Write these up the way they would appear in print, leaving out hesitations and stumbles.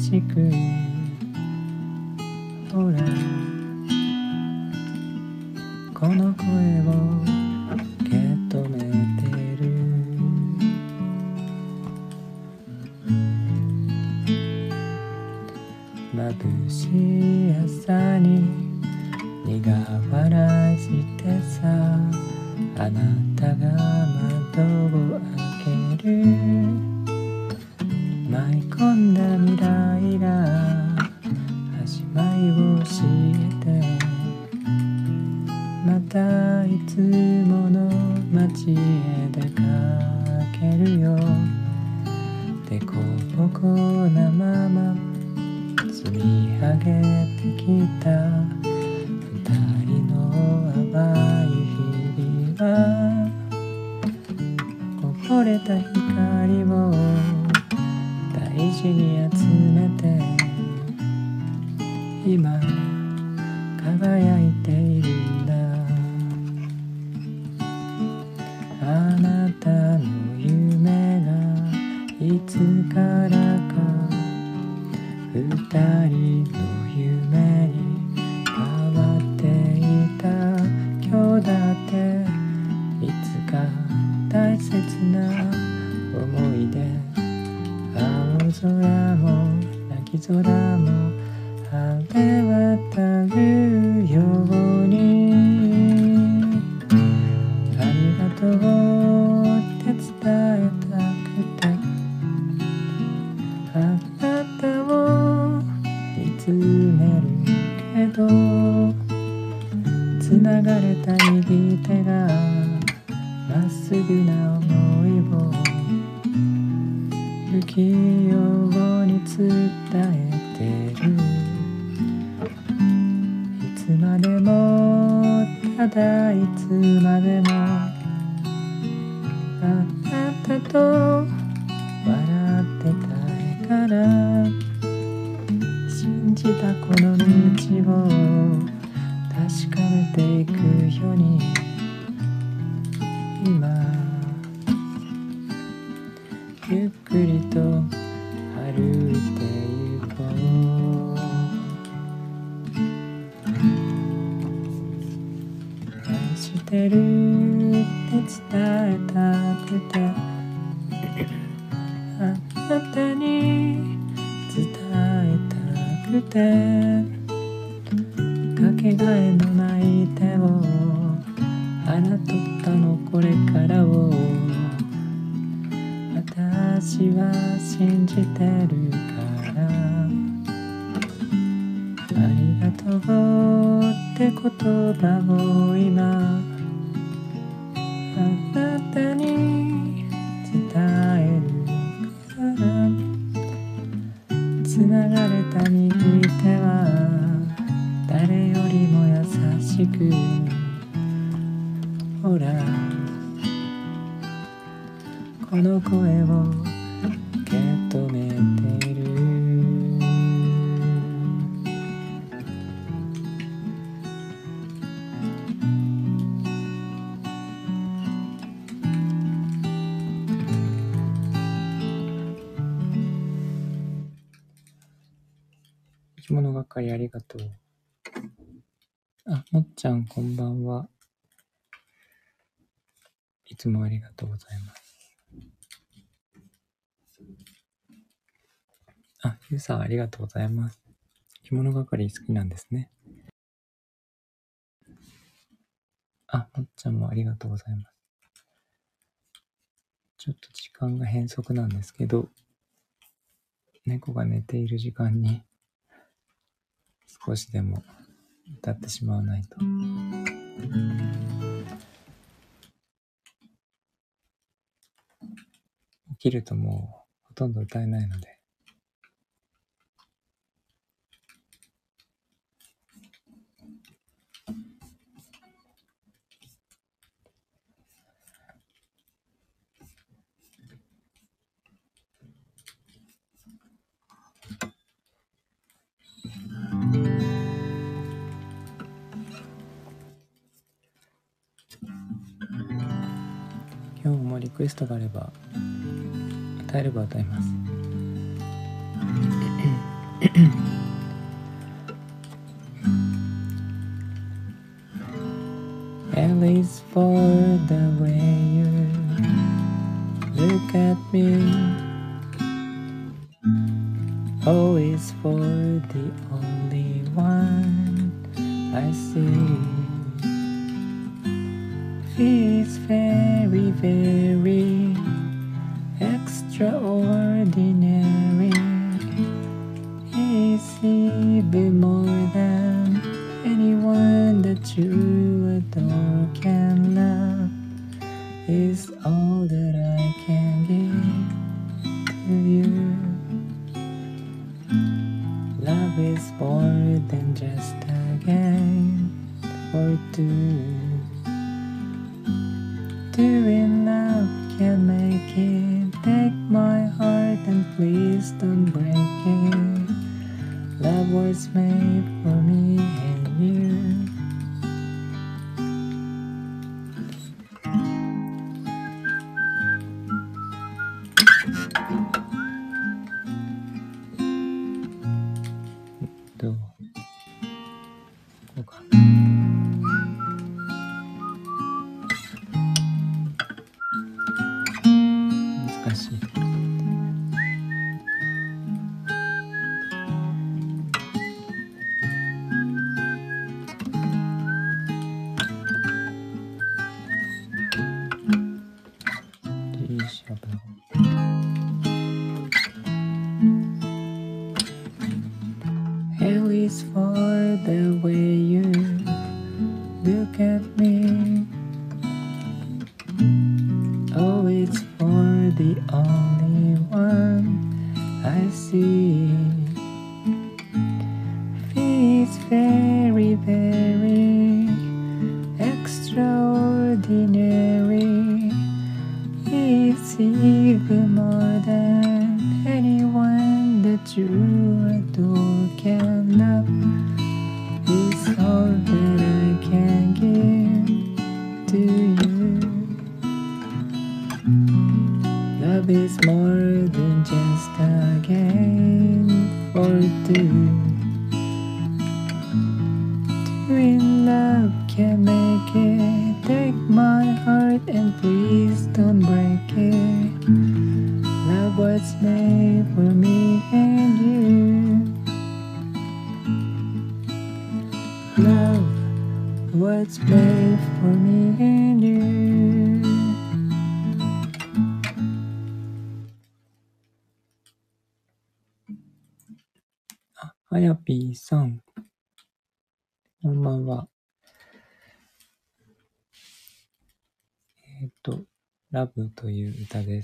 しくほらこの声を受け止めてる眩しい朝に苦笑いしてさあなたが窓を開ける舞い込んだ未来が始まりを教えてまたいつもの街へ出かけるよでこぼこなまま積み上げてきた二人の淡い日々はこぼれた光を大事に集めて今輝いているんだあなたの夢がいつからか二人の夢に変わっていた今日だっていつか大切な思い出青空も泣き空も晴れ渡るようにありがとうって伝えたくてあなたを見つめるけど繋がれた右手がまっすぐな想いを不器用に伝えてるいつまでもただいつまでもあなたと笑ってたいから信じたこの道を確かめていくように今ゆっくりと歩いてゆこう愛してるって伝えたくてあなたに伝えたくてかけがえのない手をあなたのこれからを私は信じてるからありがとうって言葉を今あなたに伝えるから繋がれた右手は誰よりも優しくほらこの声を受け止めてる生き物係ありがとうあ、もっちゃんこんばんはいつもありがとうございますあ、ゆうさんありがとうございます着物係好きなんですねあ、もっちゃんもありがとうございますちょっと時間が変則なんですけど猫が寝ている時間に少しでも歌ってしまわないと起きるともうほとんど歌えないので今日もリクエストがあれば歌えれば歌います At least for the way you look at me, always for the only one I see. It's very, very extraordinary. It's even more than anyone that you adore can love. Is all that I can give to you. Love is more than just a game for two. Doing love can make it. Take my heart and please don't break it. Love was made for me and you.どう？こうか。難しい。At least for the way you look at me. Oh, it's for the only one I see. It's very, very extraordinary. It's even more than anyone that you adore can love. It's all that I can give to you. Love is more than just a game for two. Doing love can make it. Take my heart and please don't break it. Love was made for me and you. Love was made for me and you. はやぴーさん、こんばんは。ラブという歌です。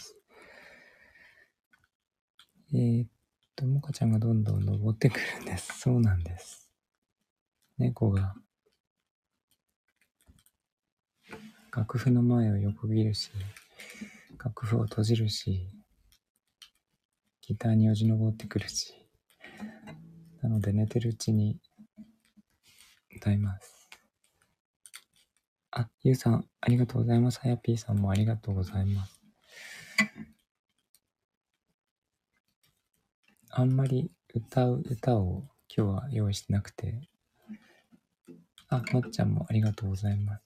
もかちゃんがどんどん登ってくるんです。そうなんです。猫が楽譜の前を横切るし、楽譜を閉じるし、ギターによじ登ってくるし、なので寝てるうちに歌います。あ、ゆうさんありがとうございます。はやぴーさんもありがとうございます。あんまり歌う歌を今日は用意してなくて、あ、のっちゃんもありがとうございます。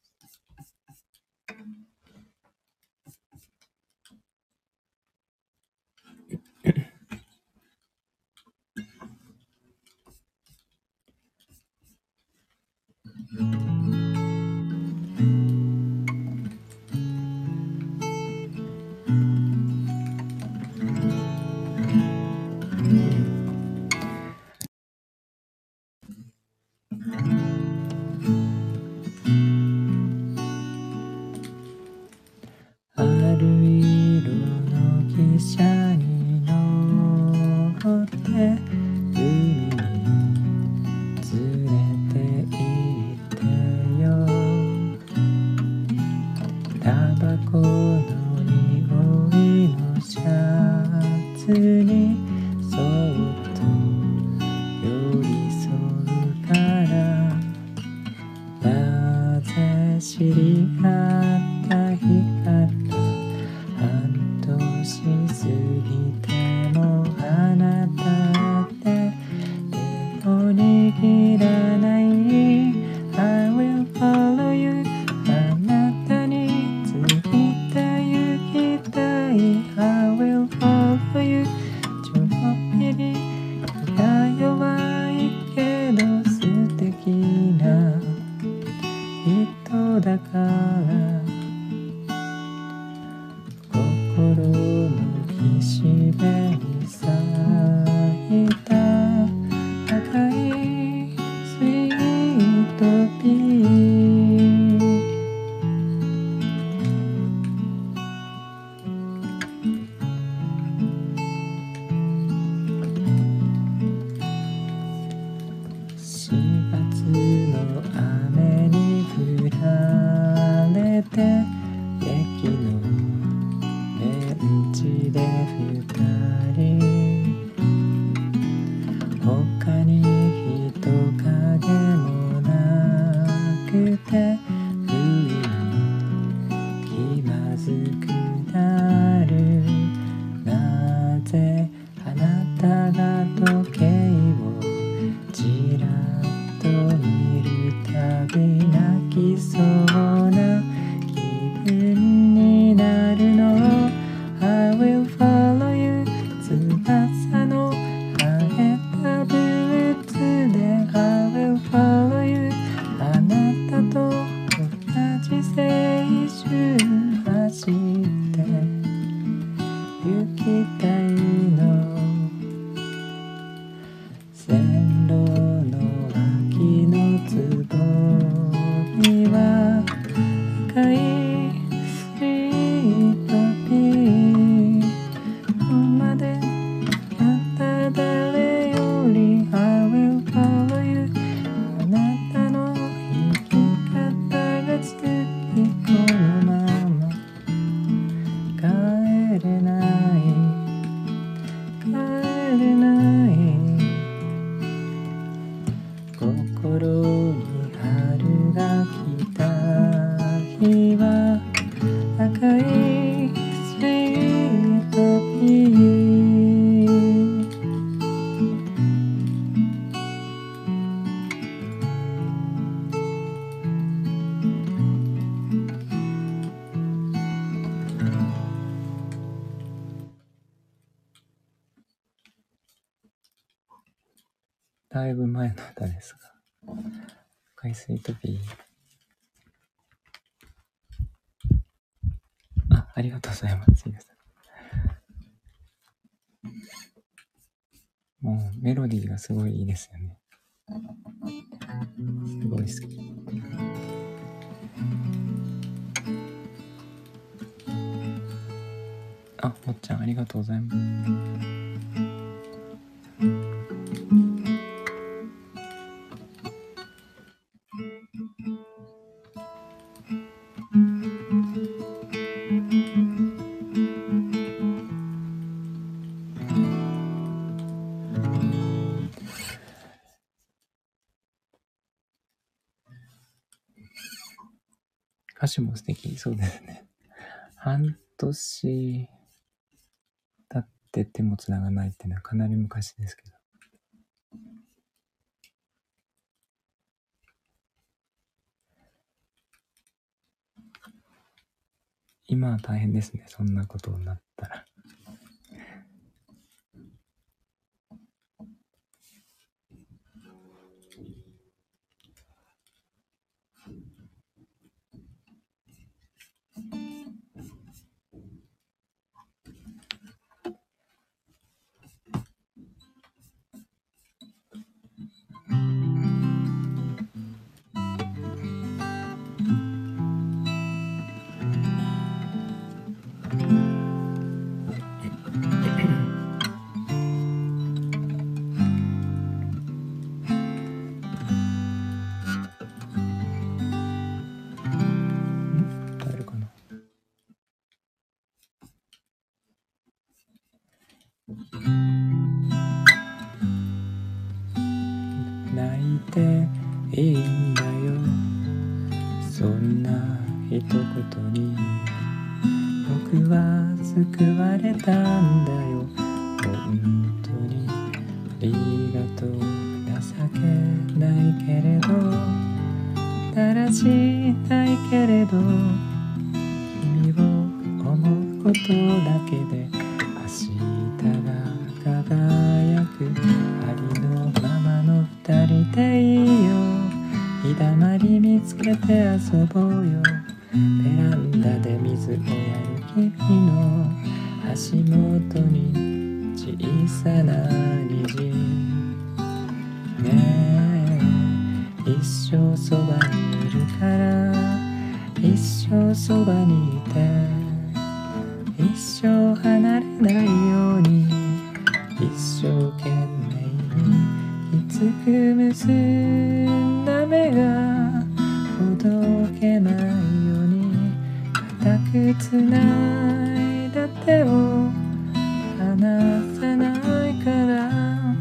だいぶ前の歌ですが、海水トピー。ありがとうございます。もうメロディーがすごいいいですよね。すごい好き。もっちゃんありがとうございます。歌詞も素敵。そうですね。半年経って手もつながないっていうのはかなり昔ですけど。今は大変ですね。そんなことになったら。誰かな。泣いていいんだよ、そんな一言に僕は救われたんだよ。本当にありがとう。情けないけれど、だらしないけれど、君を思うことだけで明日が輝く。ありのままの二人でいいよ。日だまり見つけて遊ぼうよ。ベランダで水をやる君の足元に小さな虹ねえ、一生そばにいるから一生そばにいて、一生離れないように一生懸命にきつく結んだ目がほどけないように固くつないだ手を離さないから。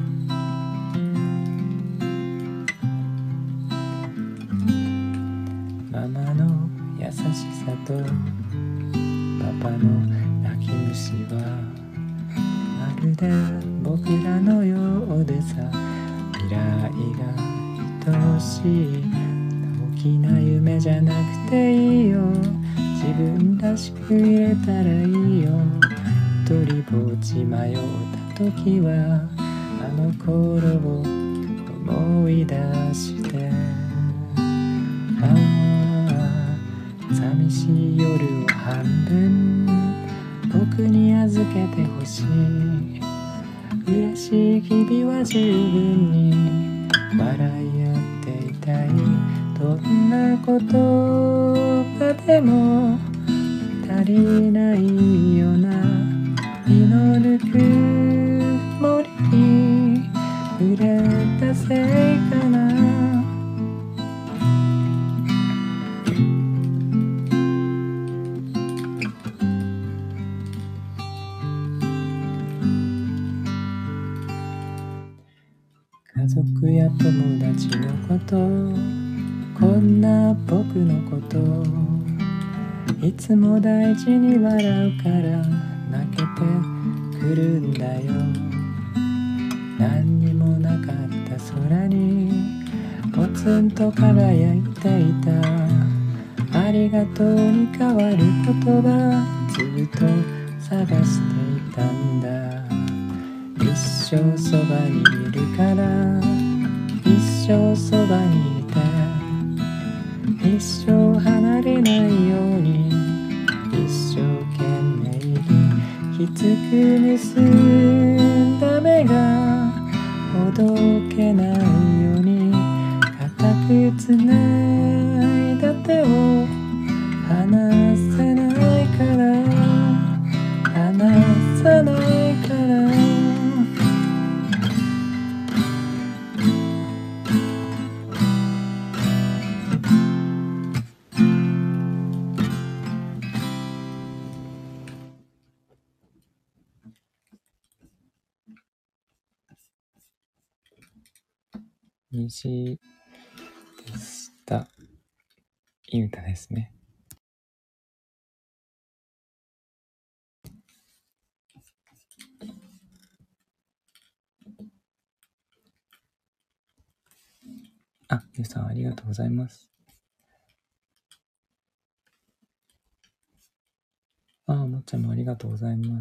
ママの優しさとパパの泣き虫はまるで僕らのようでさ、未来が愛しい大きな夢じゃなくていいよ。自分らしく言えたらいいよ。一人ぼっち迷った時はあの頃を思い出して、寂しい夜を半分僕に預けてほしい。嬉しい日々は十分に笑い合っていたい。どんな言葉でも足りないような実のぬくもりに触れたせいかな。家族や友達のこと、こんな僕のこと、いつも大事に笑うから泣けてくるんだよ。何にもなかった空にポツンと輝いていた。ありがとうに変わる言葉ずっと探していたんだ。一生そばにいるから生そばにいて一生離れないように一生懸命にきつく結んだ目がほどけないように固くつないだ手を離せないから離さないから虹でした。いい歌ですね。あ、ゆうさんありがとうございます。もっちゃんもありがとうございます。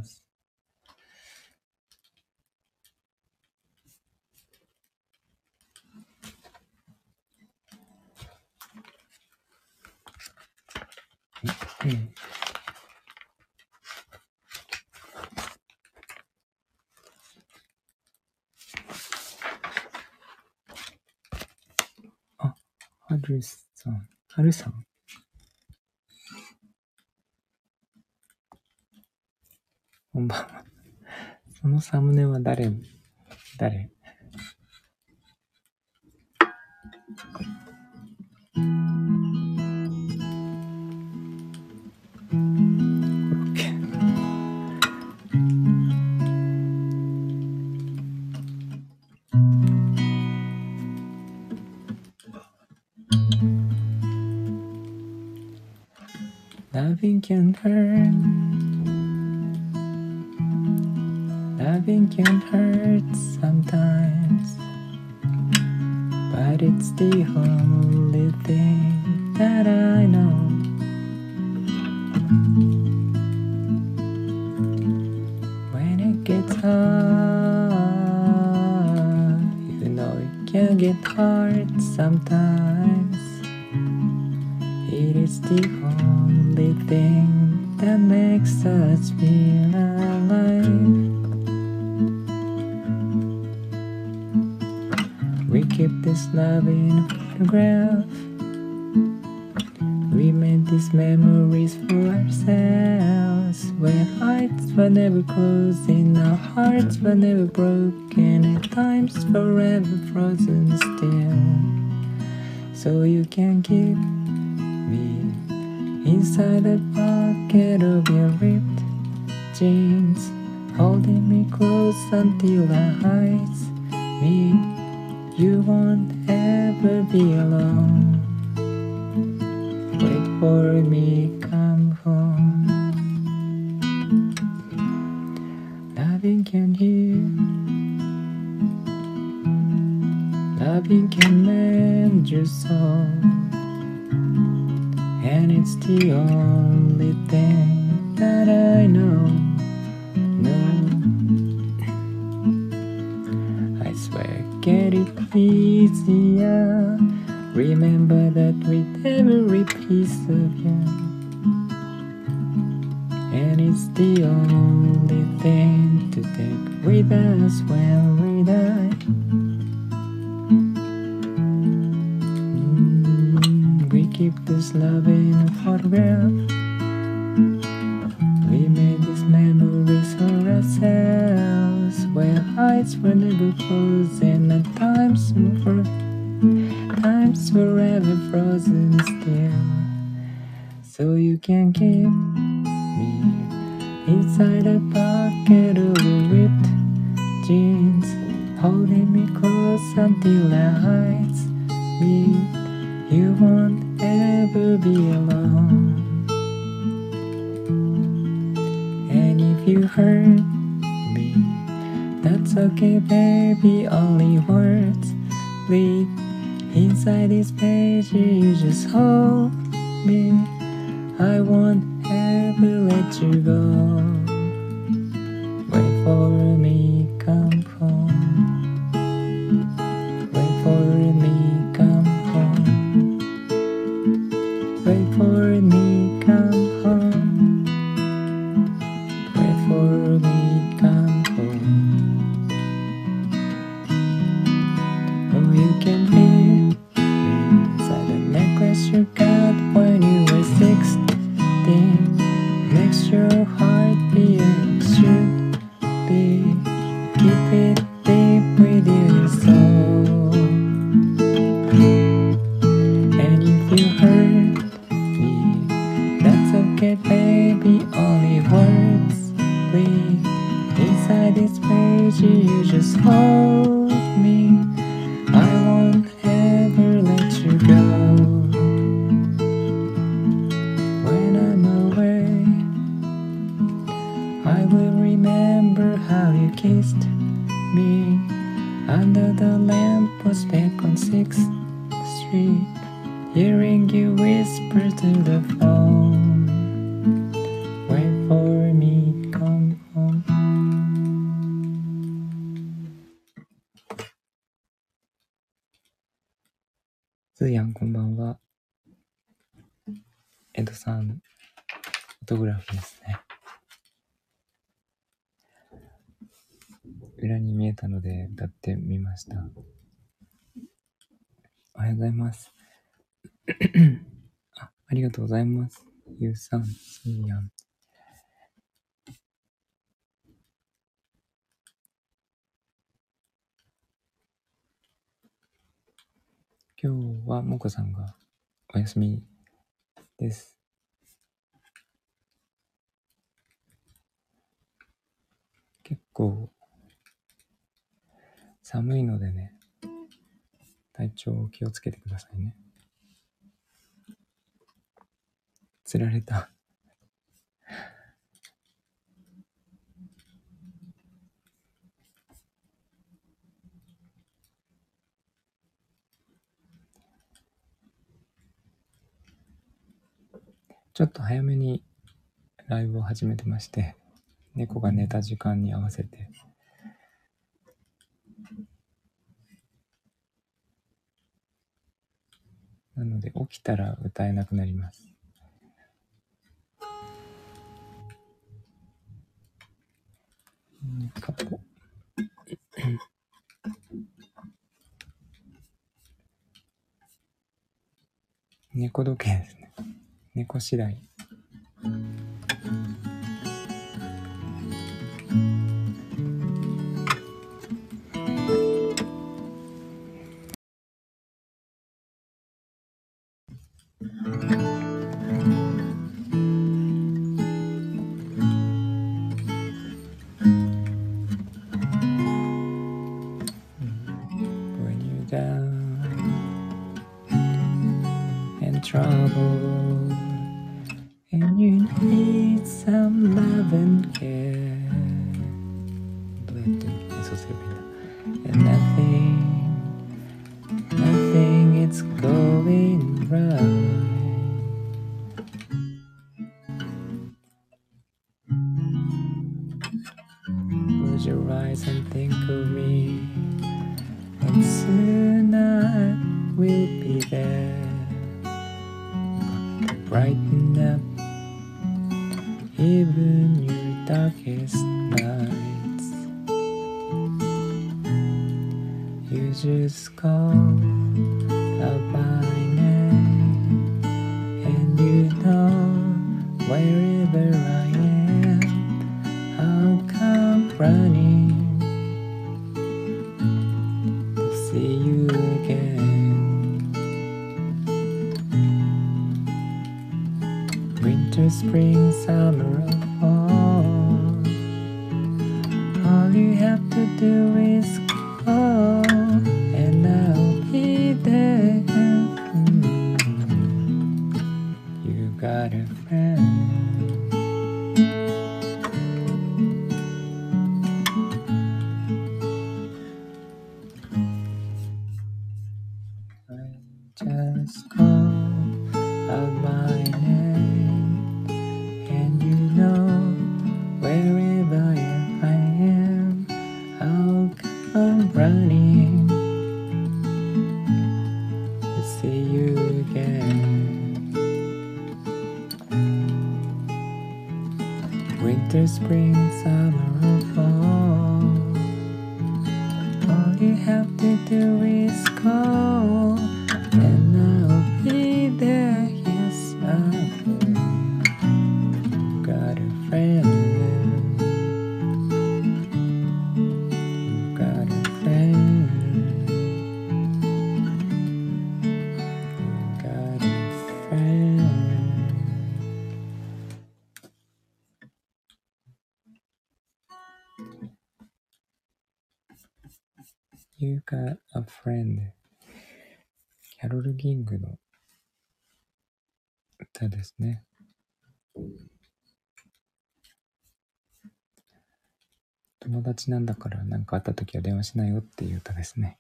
はるさん、はるさんこんばんは。そのサムネは誰Loving can hurt. Loving can hurt sometimes, but it's the only thing that I know. When it gets hard, you know it can get hard sometimes. It is the only thing that makes us feel alive. We keep this love in a photograph. We made these memories for ourselves. When hearts were never closing, our hearts were never broken, at times forever frozen still. So you can keep me inside the pocket of your ripped jeans, holding me close until our eyes meet. You won't ever be alone. Wait for me, come home. Loving can heal. Loving can mend your soul. And it's the only thing that I know. I swear, get it easier. Remember that with every piece of you. And it's the only thing to take with us when we die. We keep this love in a photograph. We made these memories for ourselves, where eyes were never closing and times forever frozen still. So you can keep me inside a pocket of your ripped jeans, holding me close until our eyes meet. You won't ever be alone. And if you hurt me, that's okay, baby. Only words bleed inside this page. You just hold me. I won't ever let you go. Wait for me, come home. Wait for me. you can be inside the necklace you got when you were 16. Makes your heart beat as it should be. Keep it deep within your soul. And if you hurt me, that's okay, baby. Only words bleed inside this page. You just hold me. I won't ever let you go. When I'm away, I will remember how you kissed me under the lamppost back on 6th Street, hearing you whisper to the phone, wait for me, come home. ズーヤンこんばんは。エドさん、フォトグラフですね。裏に見えたので歌ってみました。おはようございます。ありがとうございます。ゆうさん、すーヤン。今日はもこさんがお休みです。結構寒いのでね、体調気をつけてくださいね。つられた。ちょっと早めにライブを始めてまして、猫が寝た時間に合わせてなので起きたら歌えなくなります。猫時計ですね。猫次第。Trouble and you need some love and care. どうやって演奏すればいいんだ。And nothing is going right. Close your eyes and think of me, and soon I will be there.Brighten up even your darkest nights. You just call out my name, and you know wherever I am, I'll come running to see you again.Winter, spring, summer, or fall, all you have to do is call, and I'll be there. You got a friend. I just call out my name.And you know wherever I am, I'll come running to see you again. Winter, spring, summer, or fall, all you have to till it's cold, and I'll be there. Yes, I will. Got a friend. You got a friend. You got a friend. You got a friend. キャロル・ギングの歌ですね。友達なんだから何かあった時は電話しないよっていう歌ですね。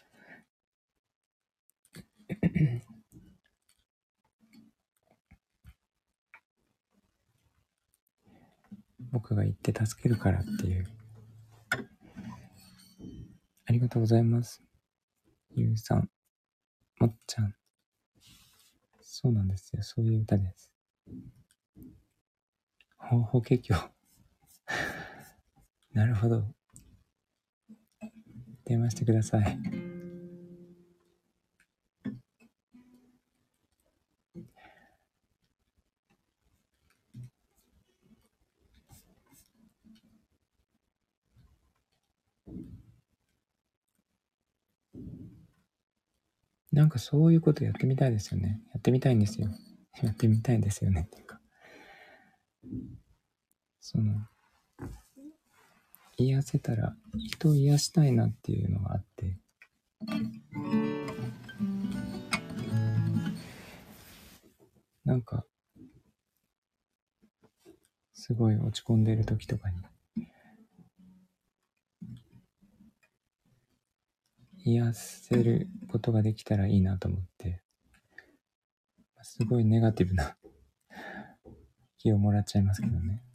僕が行って助けるからっていう。ありがとうございます。ゆうさん、もっちゃん。そうなんですよ。そういう歌です。法華経。なるほど。電話してください。なんかそういうことやってみたいですよね。やってみたいんですよ。やってみたいですよねっていうか。癒せたら、人を癒したいなっていうのがあって。なんか、すごい落ち込んでる時とかに、癒せることができたらいいなと思って、すごいネガティブな気をもらっちゃいますけどね。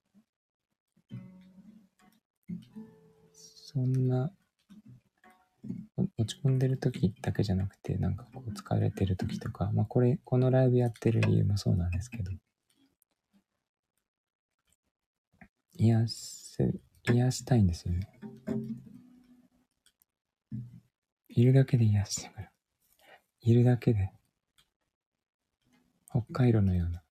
そんな落ち込んでる時だけじゃなくて、なんかこう疲れてる時とか、このライブやってる理由もそうなんですけど、癒したいんですよね。いるだけで癒してくる。いるだけで、北海道のような。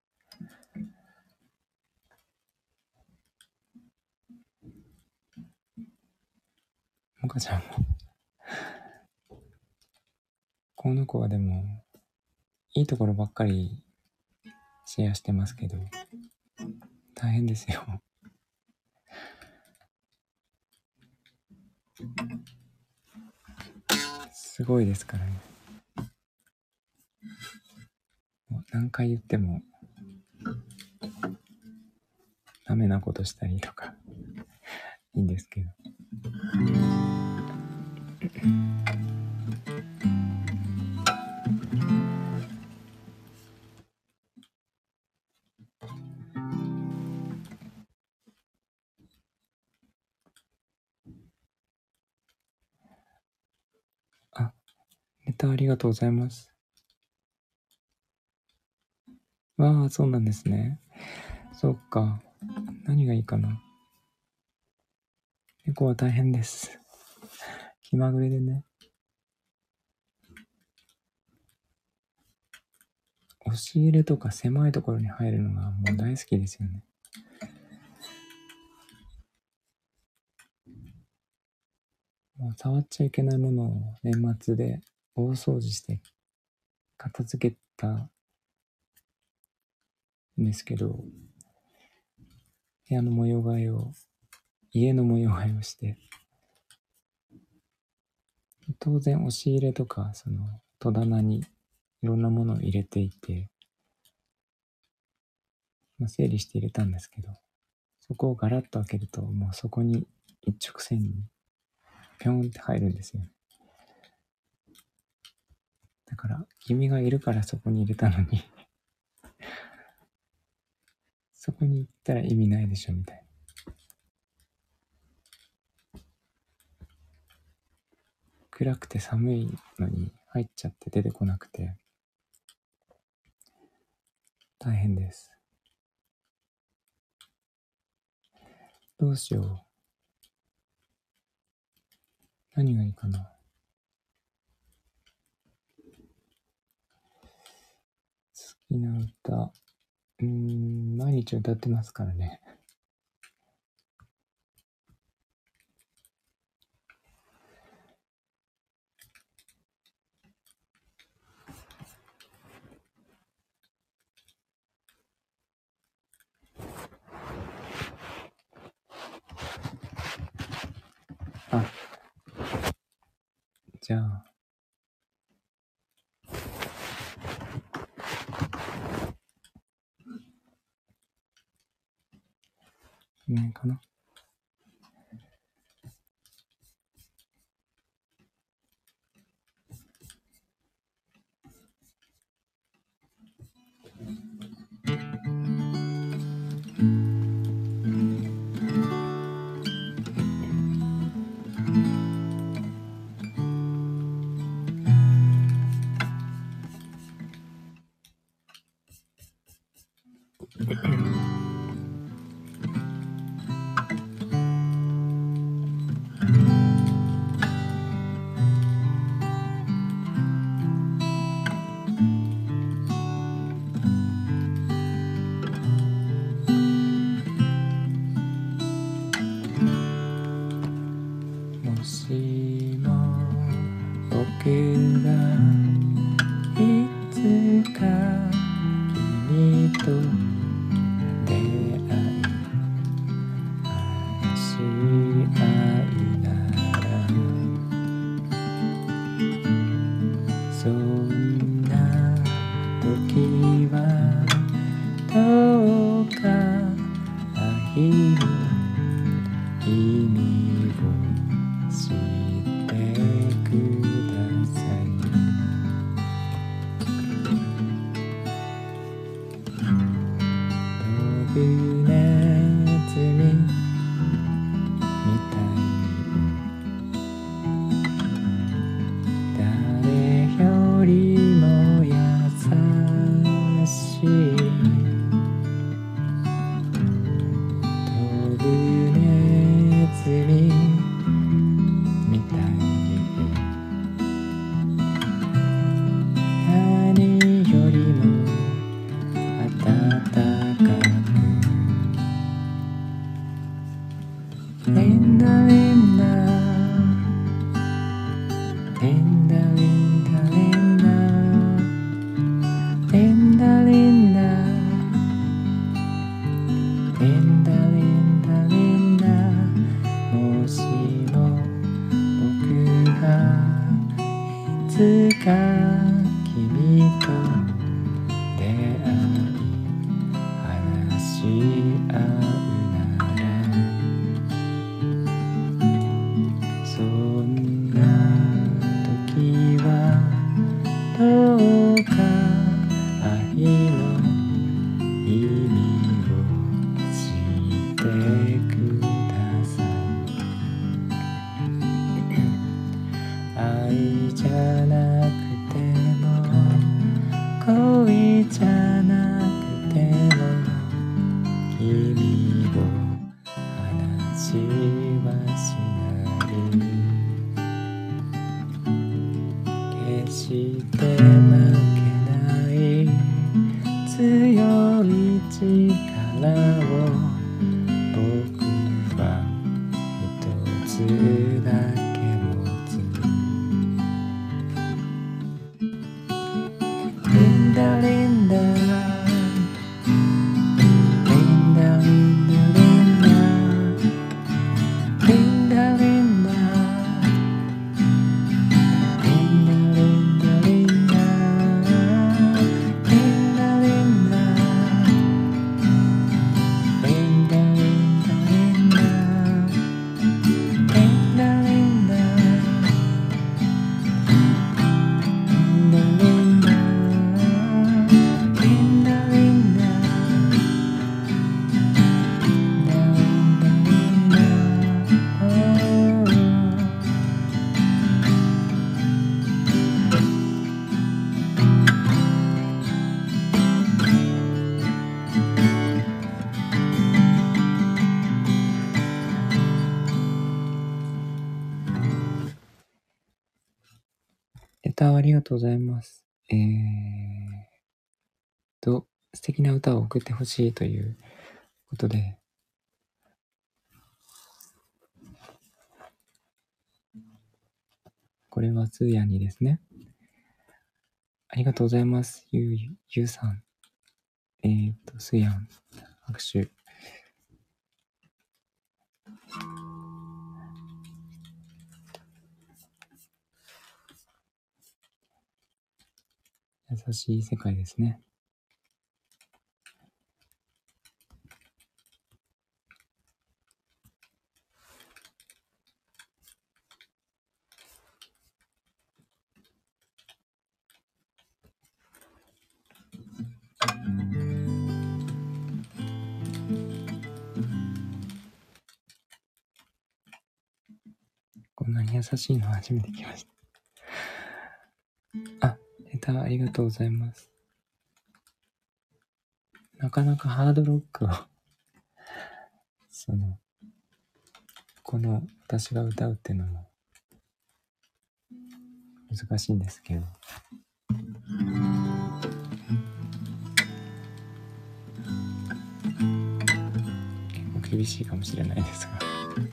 もかちゃんもこの子はでもいいところばっかりシェアしてますけど、大変ですよ。すごいですからね。もう何回言ってもダメなことしたりとかいいんですけど。あ、ネタありがとうございます。わあ、そうなんですね。そっか。何がいいかな。猫は大変です。気まぐれでね。押し入れとか狭いところに入るのがもう大好きですよね。もう触っちゃいけないものを年末で大掃除して片付けたんですけど、部屋の模様替えを、家の模様替えをして、当然押し入れとか戸棚にいろんなものを入れていて、整理して入れたんですけど、そこをガラッと開けるともうそこに一直線にピョンって入るんですよ。だから君がいるからそこに入れたのにそこに行ったら意味ないでしょみたいな。暗くて寒いのに入っちゃって出てこなくて大変です。どうしよう。何がいいかな。 きな歌。毎日歌ってますからね。あ、じゃあ。ねかな。もしも僕がいつか君と出会い話し合うなら、そんな時はどうか愛の意味を知ってください。ドブネズミみたいに誰よりも優しいドブネズミみたいに何よりも温かくレンダレンダレンダレンダレンダレンダレンダレンダレンダレンダ、もしも僕がいつか君と出会い話し合うなら、そんな時はどうか愛の意味を知ってください。愛じゃなくても恋じゃなくても君を話はしない。決して負けない強い力を僕は一つだけ持つ。リンダリンダリンダリンダリンダリンダリンダレターありがとうございます。 素敵な歌を送ってほしいということで、これはスーヤンにですね。ありがとうございます。ゆうさん。スーヤン、拍手。優しい世界ですね。こんなに優しいの初めて聞きました。あ、レターありがとうございます。なかなかハードロックをこの私が歌うっていうのも難しいんですけど、結構厳しいかもしれないですが、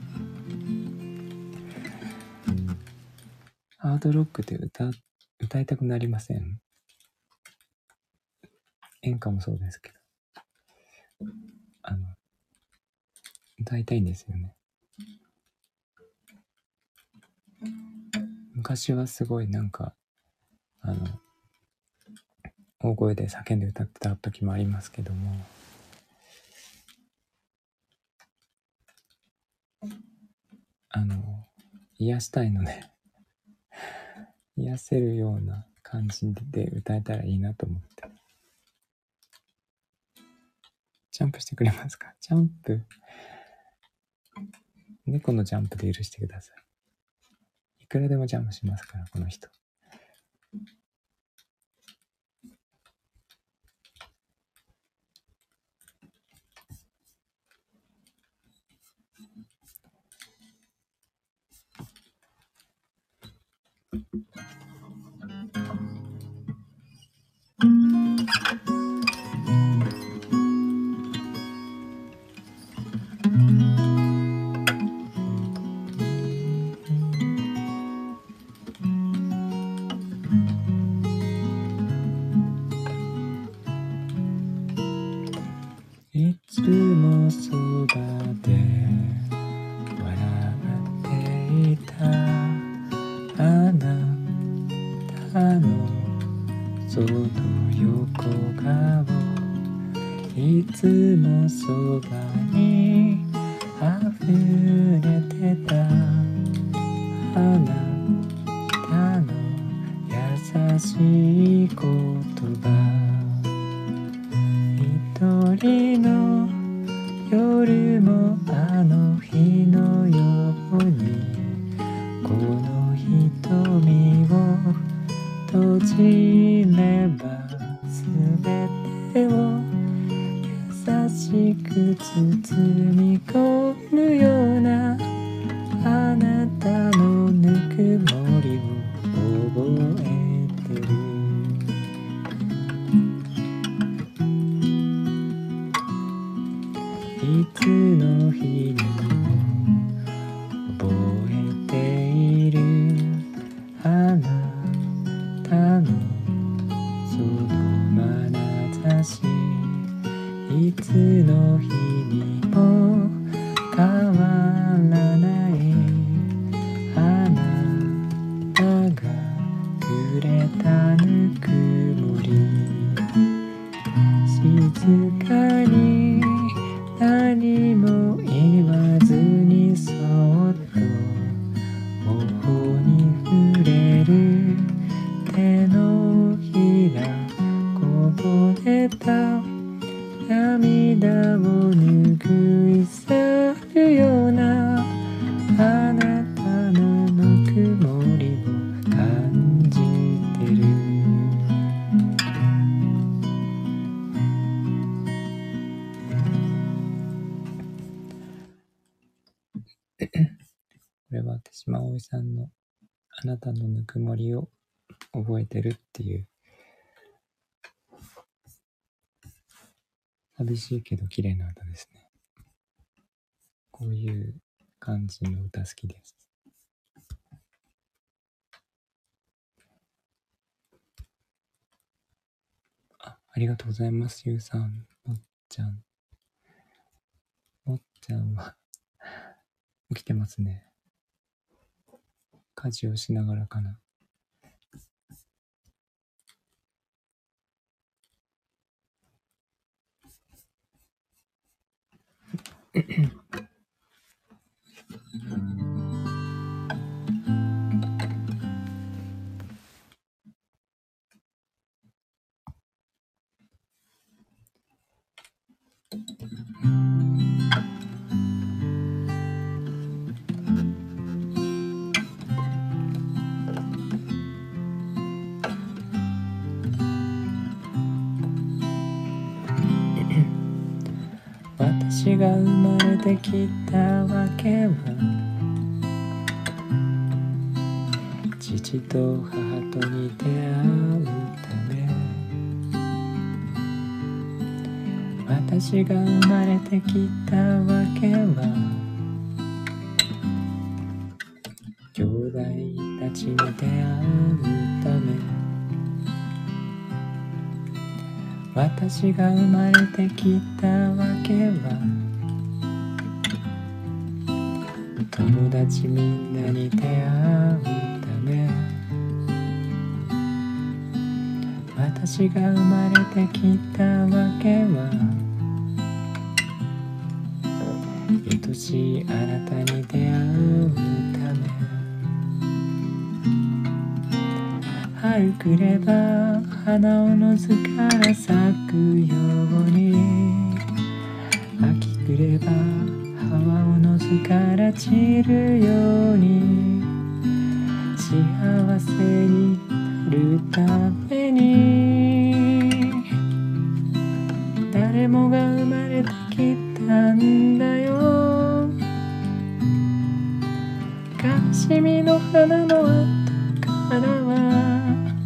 ハードロックって歌いたくなりません？演歌もそうですけど、歌いたいんですよね。昔はすごいなんか大声で叫んで歌ってた時もありますけども、癒したいので癒せるような感じで歌えたらいいなと思って。ジャンプしてくれますか？ジャンプ、猫のジャンプで許してください。いくらでもジャンプしますから、この人。いつもそばで笑っていたあなたのその横顔、いつもそばに溢れてたあなたの優しい言葉、一人の夜もあの日のようにこの瞳を閉じればすべてを優しく包み込むようなあなたのぬくもりを覚えてる。いつの日にも覚えているあなたのその眼差し、いつの日にも変わらないあなたがくれたぬくもり、静かに何も言わずにそっと頬に触れる手のひら、こぼれた涙を拭い去るようなあなたのぬくもりを感じてる。これは手島葵さんのあなたのぬくもりを覚えてるっていう寂しいけど綺麗な歌ですね。こういう感じの歌好きです。ありがとうございます、ゆうさん。もっちゃんは起きてますね。家事をしながらかな。私が生まれてきたわけは、父と母とに出会うため。私が生まれてきたわけは、兄弟たちに出会うため。私が生まれてきたわけは、友達みんなに出会うため。私が生まれてきたわけは、愛しいあなたに出会うため。春来れば花をのずから咲くように、秋来れば葉をのずから散るように、幸せになるために誰もが生まれてきたんだよ。悲しみの花の後からは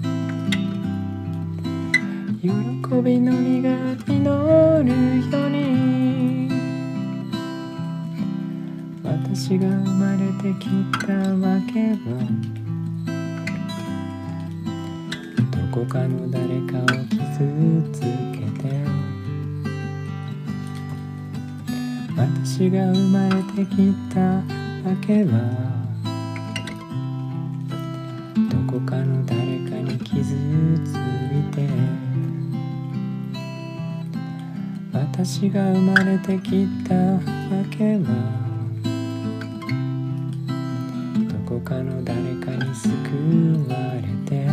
喜びの実が実るように、私が生まれてきたわけは、どこかの誰かを傷つけて。私が生まれてきたわけは、どこかの誰かに傷ついて。私が生まれてきたわけは、どこかの誰かに救われて。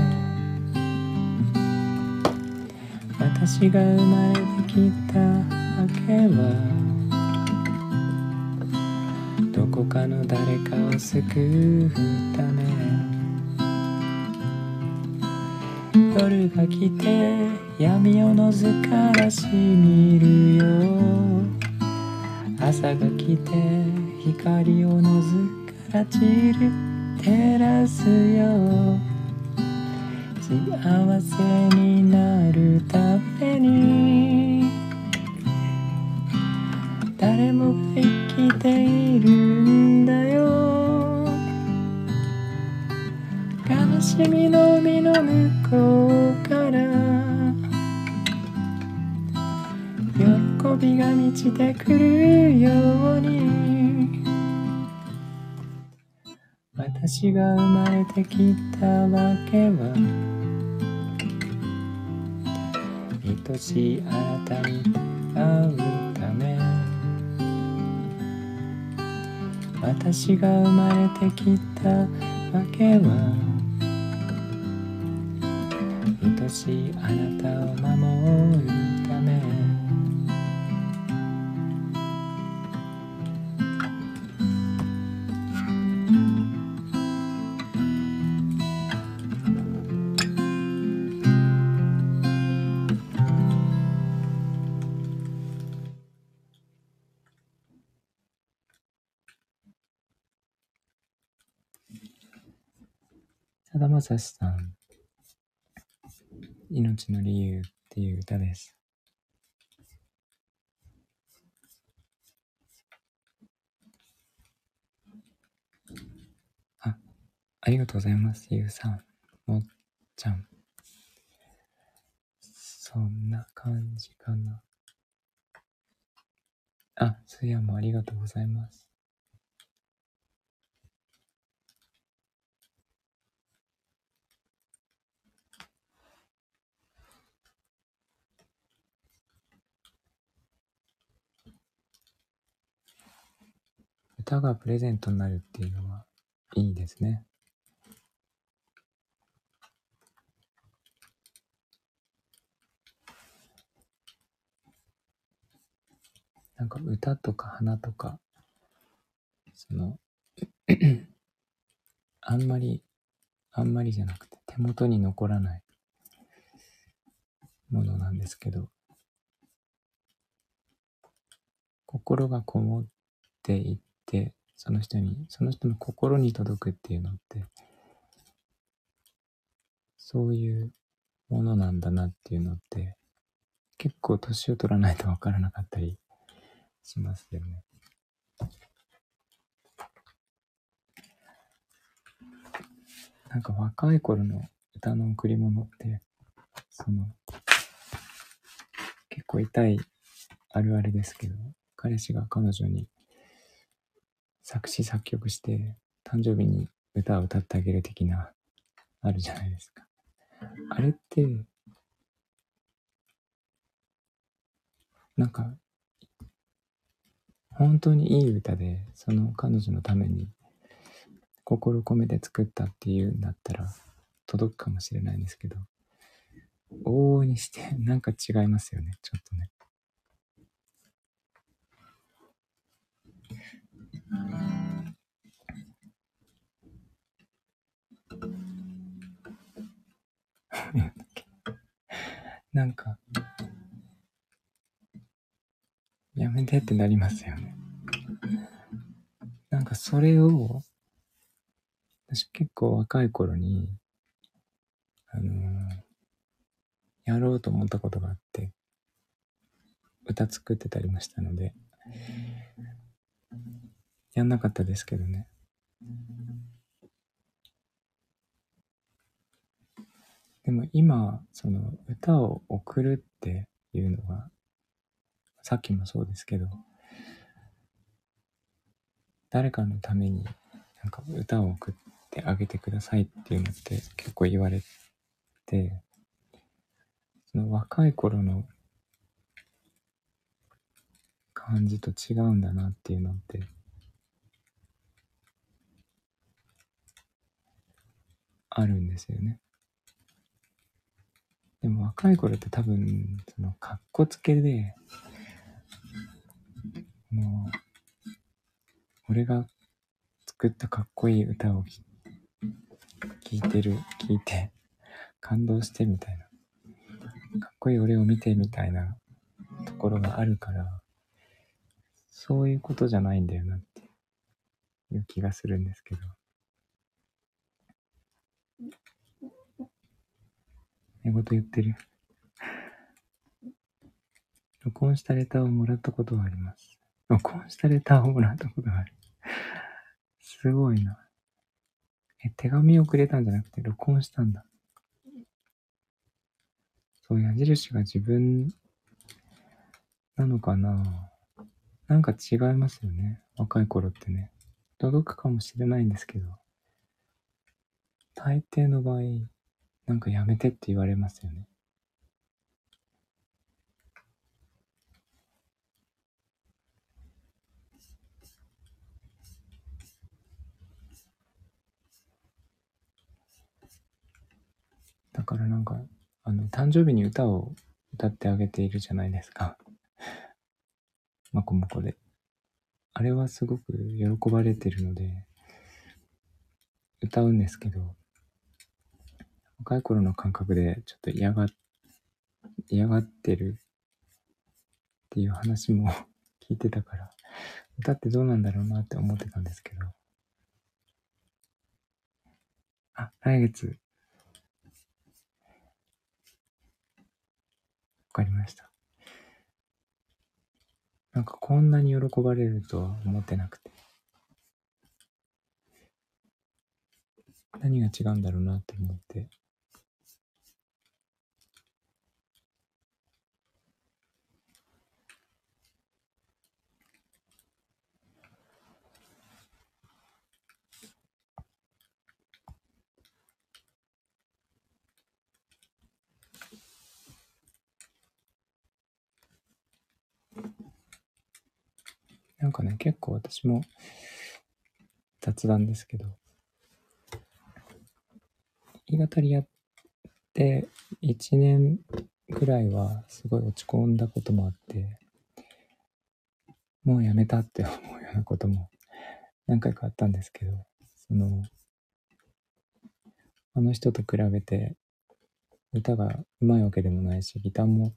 私が生まれてきたわけは、どこかの誰かを救うため。夜が来て闇をのずからしみるよ。朝が来て光をのずから散る照らすよ。幸せになるために誰もが生きているんだよ。悲しみの海の向こうから喜びが満ちてくるように、私が生まれてきたわけは、愛しいあなたに会うため。私が生まれてきたわけは、愛しいあなたを守るため。さだまさしさん、命の理由っていう歌です。 ありがとうございます。ゆうさん、もっちゃん。そんな感じかな。あ、すやもありがとうございます。歌がプレゼントになるっていうのはいいですね。なんか歌とか花とか、あんまりじゃなくて手元に残らないものなんですけど、心がこもっていって、その人の心に届くっていうのって、そういうものなんだなっていうのって、結構年を取らないとわからなかったりしますよね。なんか若い頃の歌の贈り物って、結構痛いあるあるですけど、彼氏が彼女に作詞作曲して誕生日に歌を歌ってあげる的な、あるじゃないですか。あれって、なんか本当にいい歌で、その彼女のために心込めて作ったっていうんだったら届くかもしれないんですけど、往々にしてなんか違いますよね、ちょっとね。なんかやめてってなりますよね。なんかそれを私結構若い頃にやろうと思ったことがあって、歌作ってたりもしたのでやんなかったですけどね。でも今その歌を送るっていうのが、さっきもそうですけど、誰かのためになんか歌を送ってあげてくださいっていうのって結構言われて、その若い頃の感じと違うんだなっていうのってあるんですよね。でも若い頃って多分そのかっこつけで、もう俺が作ったかっこいい歌を聞いて感動してみたいな、かっこいい俺を見てみたいなところがあるから、そういうことじゃないんだよなっていう気がするんですけど。寝言言ってる。録音したレターをもらったことがあります。録音したレターをもらったことがある。すごいな。手紙をくれたんじゃなくて録音したんだ。そう、矢印が自分なのかな。なんか違いますよね。若い頃ってね。届くかもしれないんですけど、大抵の場合、なんかやめてって言われますよね。だからなんか、誕生日に歌を歌ってあげているじゃないですか。まこもこで。あれはすごく喜ばれてるので、歌うんですけど、若い頃の感覚でちょっと嫌がってるっていう話も聞いてたから、歌ってどうなんだろうなって思ってたんですけど、来月、わかりました。なんかこんなに喜ばれるとは思ってなくて。 何が違うんだろうなって思って。なんかね、結構私も雑談ですけど、弾き語りやって1年くらいはすごい落ち込んだこともあって、もうやめたって思うようなことも何回かあったんですけど、あの人と比べて歌が上手いわけでもないし、ギターも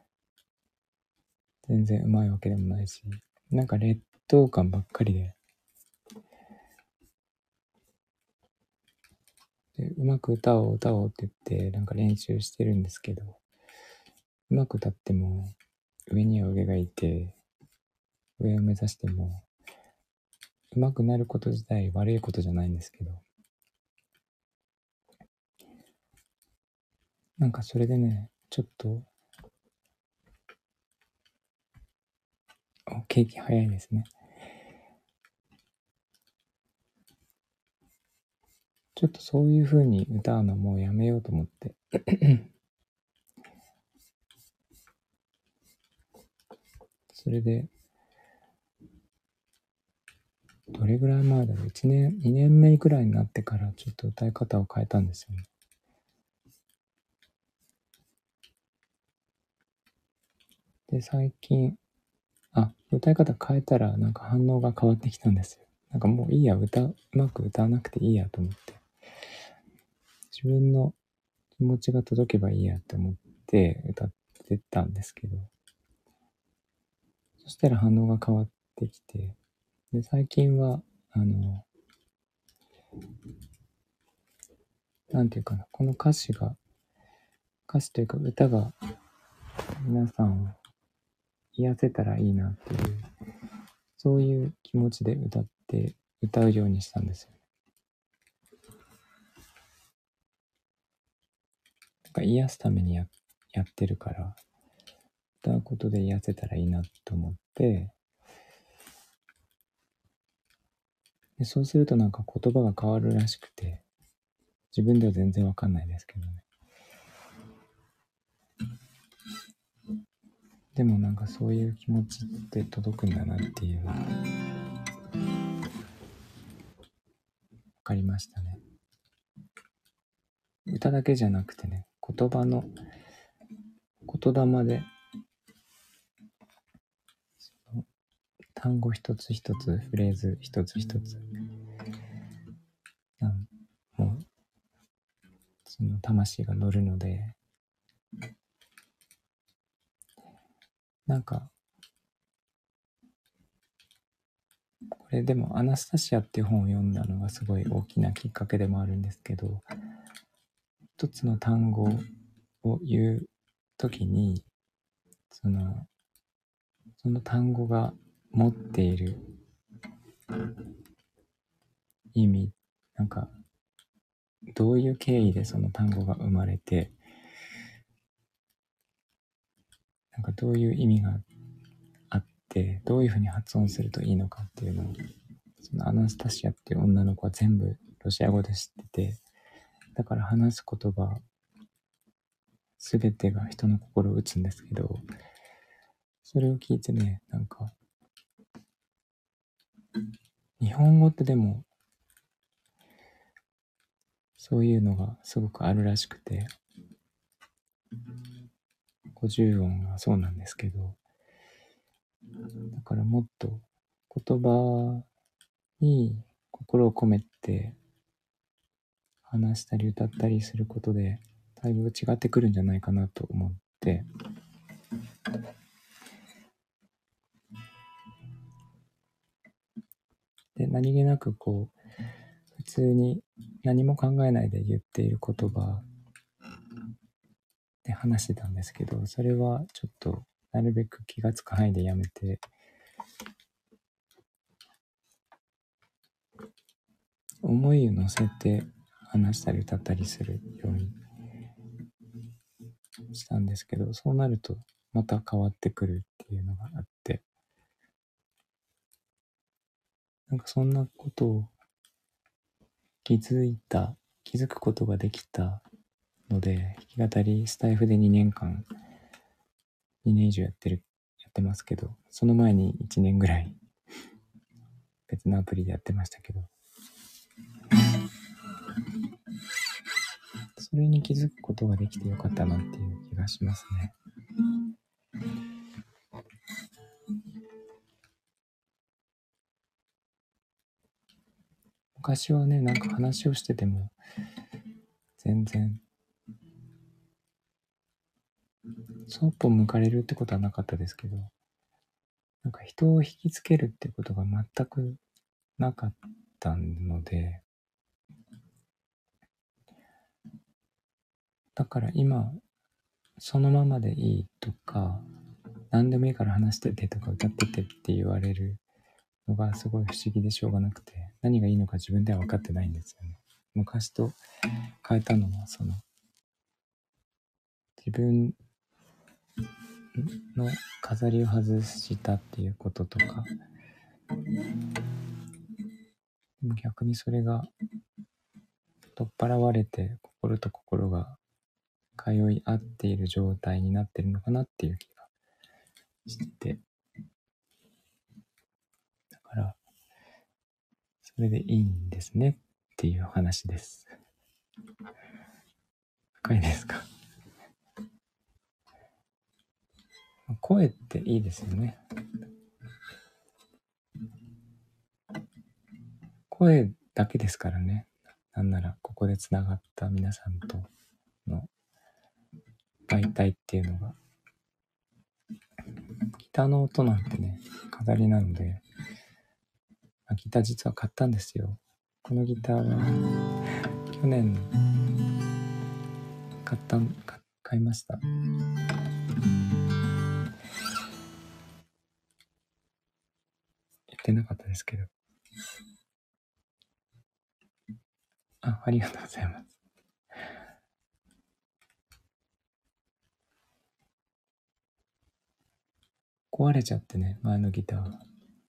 全然上手いわけでもないし、なんか劣等感ばっかりで、うまく歌おう歌おうって言ってなんか練習してるんですけど、うまく歌っても上には上がいて、上を目指しても上手くなること自体悪いことじゃないんですけど、なんかそれでね、ちょっと景気早いですね。ちょっとそういう風に歌うのもうやめようと思って。それで、どれぐらい前だろう、1年、2年目くらいになってからちょっと歌い方を変えたんですよね。で、最近、歌い方変えたらなんか反応が変わってきたんですよ。なんかもういいや、うまく歌わなくていいやと思って。自分の気持ちが届けばいいやって思って歌ってたんですけど、そしたら反応が変わってきて、で、最近は、なんていうかな、この歌詞というか歌が皆さんを癒せたらいいなっていう、そういう気持ちで歌うようにしたんですよ。なんか癒すためにやってるから、歌うことで癒せたらいいなと思って、でそうするとなんか言葉が変わるらしくて、自分では全然わかんないですけどね。でもなんかそういう気持ちって届くんだなっていうのが分かりましたね。歌だけじゃなくてね、言葉の言霊で単語一つ一つ、フレーズ一つ一つ、もうその魂が乗るので、なんかこれでもアナスタシアっていう本を読んだのがすごい大きなきっかけでもあるんですけど、一つの単語を言うときに、その単語が持っている意味、なんかどういう経緯でその単語が生まれて、なんかどういう意味があって、どういうふうに発音するといいのかっていうのを、そのアナスタシアっていう女の子は全部ロシア語で知ってて、だから話す言葉すべてが人の心を打つんですけど、それを聞いてね、なんか日本語ってでもそういうのがすごくあるらしくて、50音がそうなんですけど、だからもっと言葉に心を込めて話したり歌ったりすることでだいぶ違ってくるんじゃないかなと思って、で何気なくこう普通に何も考えないで言っている言葉で話してたんですけど、それはちょっとなるべく気がつく範囲でやめて、思いを乗せて話したり歌ったりするようにしたんですけど、そうなるとまた変わってくるっていうのがあって、なんかそんなことを気づくことができたので、弾き語りスタイフで2年以上やってますけど、その前に1年ぐらい別のアプリでやってましたけど、それに気づくことができてよかったなっていう気がしますね。昔はね、なんか話をしてても全然そっぽ向かれるってことはなかったですけど、なんか人を引きつけるってことが全くなかったので、だから今そのままでいいとか、何でもいいから話しててとか歌っててって言われるのがすごい不思議でしょうがなくて、何がいいのか自分では分かってないんですよね。昔と変えたのは、その自分の飾りを外したっていうこととか、でも逆にそれが取っ払われて心と心が通い合っている状態になってるのかなっていう気がしてて、だからそれでいいんですねっていう話です。深いですか？声っていいですよね。声だけですからね。なんならここでつながった皆さんとの媒体っていうのが、ギターの音なんてね、飾りなので、ギター実は買ったんですよ。このギターは去年買いました。言ってなかったですけど。ありがとうございます。壊れちゃってね、前のギターは。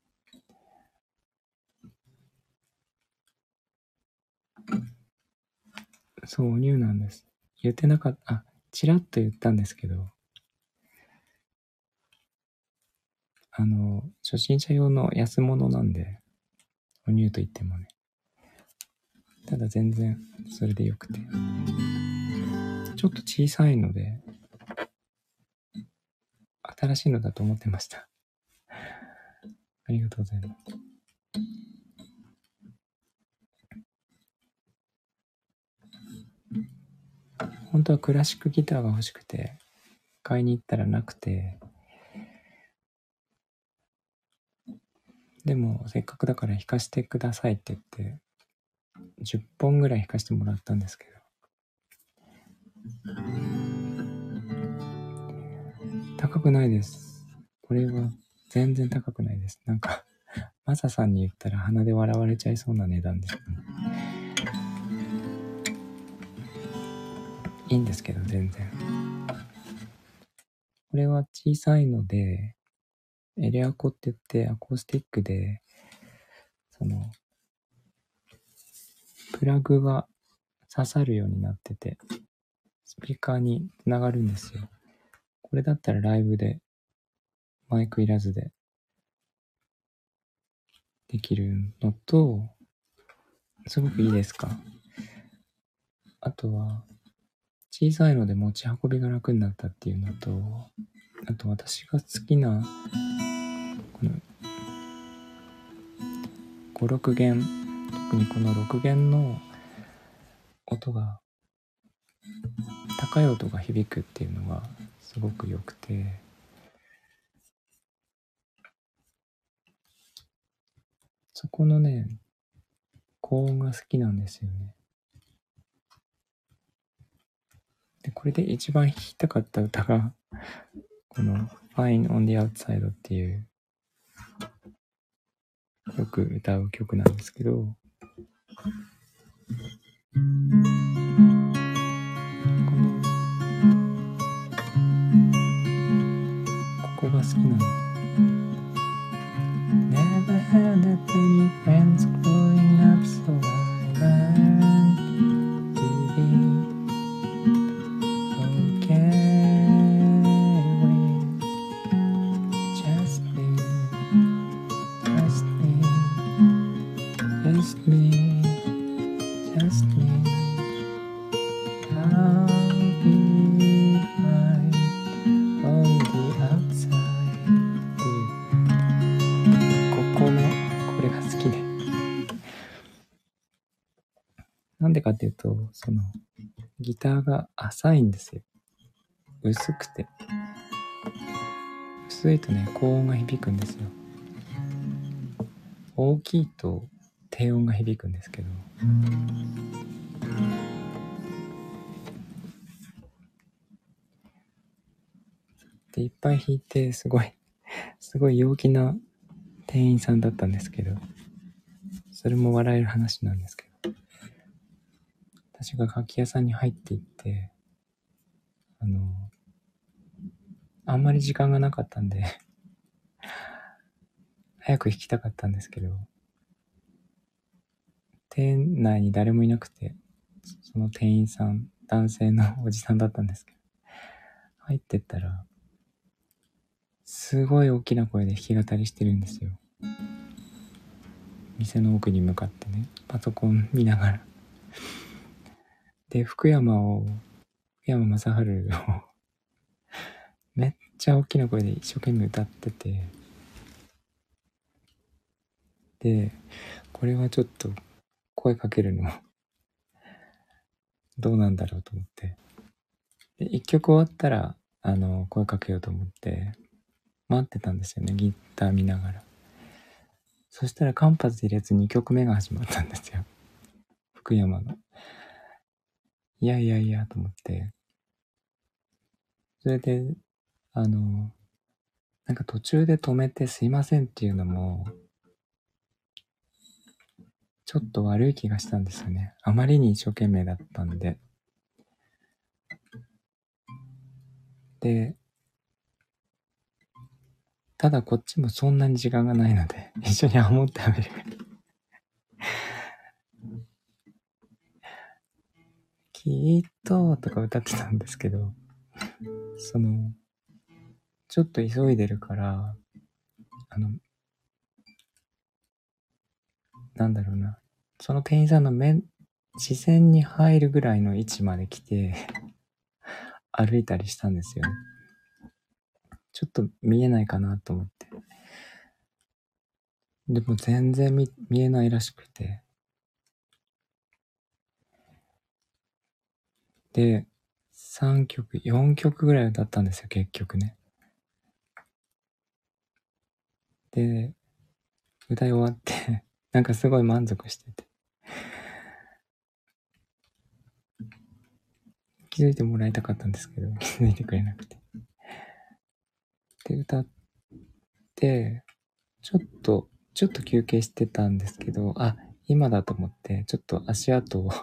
そう、ニューなんです。言ってなかった、ちらっと言ったんですけど、初心者用の安物なんで、おニューと言ってもね。ただ全然それでよくて。ちょっと小さいので、新しいのだと思ってました。ありがとうございます。本当はクラシックギターが欲しくて、買いに行ったらなくて、でもせっかくだから弾かせてくださいって言って、10本ぐらい弾かせてもらったんですけど、高くないです。これは全然高くないです。なんか、マサさんに言ったら鼻で笑われちゃいそうな値段ですね。いいんですけど、全然。これは小さいので、エレアコって言ってアコースティックで、その、プラグが刺さるようになってて、スピーカーにつながるんですよ。これだったらライブでマイクいらずでできるのと、すごくいいですか？あとは、小さいので持ち運びが楽になったっていうのと、あと私が好きな、この5、6弦、特にこの6弦の音が、高い音が響くっていうのがすごく良くて、そこのね、高音が好きなんですよね。で、これで一番弾きたかった歌が、この Fine on the Outside っていう、よく歌う曲なんですけど、 ここが好きなの。Never had that many friends growing up, so I learned to be okay with just me, just me, just me, just me. I'll be fine on the outside. っていうこれが好きで、なんでかっていうと、そのギターが浅いんですよ。薄くて、薄いとね、高音が響くんですよ。大きいと低音が響くんですけど、でいっぱい弾いてすごい陽気な店員さんだったんですけど、それも笑える話なんですけど、私が楽器屋さんに入っていって、あんまり時間がなかったんで早く弾きたかったんですけど、店内に誰もいなくて、その店員さん、男性のおじさんだったんですけど、入ってったらすごい大きな声で弾き語りしてるんですよ。店の奥に向かってね、パソコン見ながら。で、福山雅治をめっちゃ大きな声で一生懸命歌ってて、で、これはちょっと声かけるのどうなんだろうと思って、で、一曲終わったら声かけようと思って待ってたんですよね、ギター見ながら。そしたら間髪入れず2曲目が始まったんですよ、福山の。いやと思って、それでなんか途中で止めてすいませんっていうのもちょっと悪い気がしたんですよね。あまりに一生懸命だったんで。で、ただこっちもそんなに時間がないので一緒にハモってあげるきっととか歌ってたんですけど、ちょっと急いでるからなんだろうな、その店員さんの視線に入るぐらいの位置まで来て歩いたりしたんですよね。ちょっと見えないかなと思って。でも全然見えないらしくて。で、3曲、4曲ぐらい歌ったんですよ、結局ね。で、歌い終わってなんかすごい満足してて。気づいてもらいたかったんですけど、気づいてくれなくて。で、歌って、ちょっと休憩してたんですけど、今だと思って、ちょっと足音を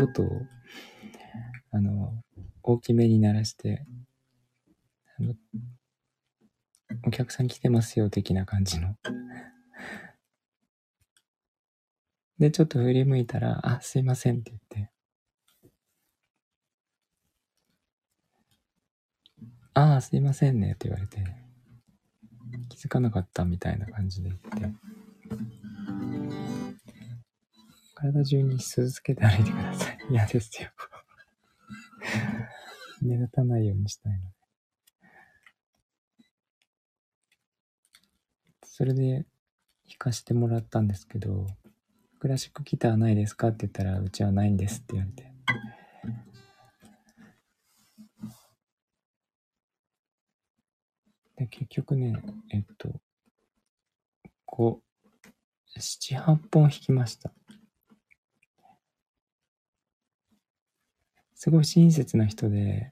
大きめに鳴らして、お客さん来てますよ的な感じの。で、ちょっと振り向いたら、すいませんって言って、すいませんねって言われて、気づかなかったみたいな感じで言って、体中に鈴つけて歩いてください。嫌ですよ。目立たないようにしたいので。それで弾かしてもらったんですけど、クラシックギターないですかって言ったら、うちはないんですって言われて。で、結局ね、7、8本弾きました。すごい親切な人で、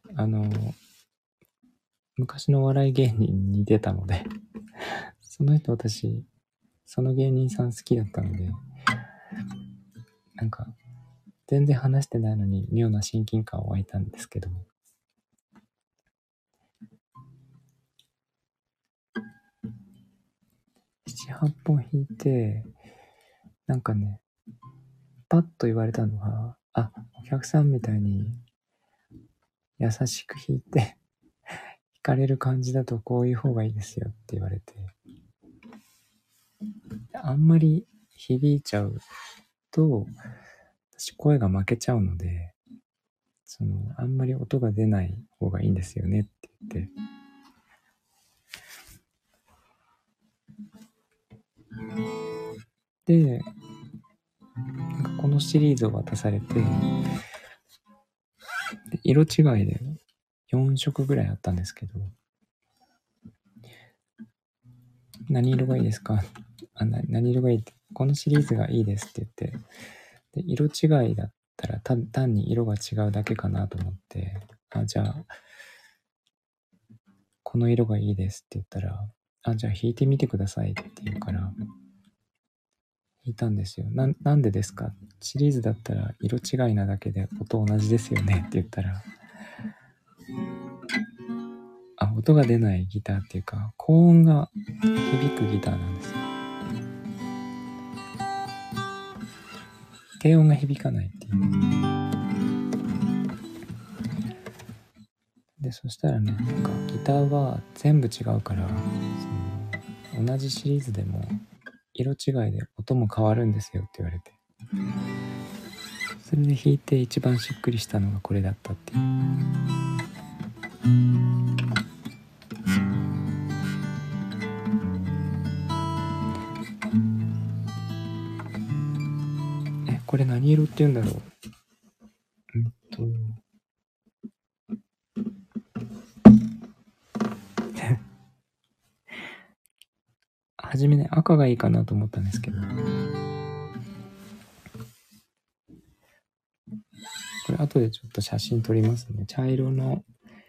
昔のお笑い芸人に出たのでその芸人さん好きだったので、なんか全然話してないのに妙な親近感湧いたんですけども、7、8本弾いて、なんかね、パッと言われたのが、お客さんみたいに優しく弾いて弾かれる感じだとこういう方がいいですよって言われて、あんまり響いちゃうと私声が負けちゃうので、あんまり音が出ない方がいいんですよねって言って、で、なんかこのシリーズを渡されて、で色違いで4色ぐらいあったんですけど、何色がいいですか？何色がいいって、このシリーズがいいですって言って、で色違いだったら単に色が違うだけかなと思って、じゃあこの色がいいですって言ったら、じゃあ弾いてみてくださいって言うから弾いたんですよ。なんでですか？シリーズだったら色違いなだけで音同じですよねって言ったら、音が出ないギターっていうか高音が響くギターなんですよ。低音が響かないっていう。でそしたらね、なんかギターは全部違うから、同じシリーズでも色違いで音も変わるんですよって言われて、それで弾いて一番しっくりしたのがこれだったっていう。これ何色って言うんだろう。初めね、赤がいいかなと思ったんですけど、これ後でちょっと写真撮りますね。茶色の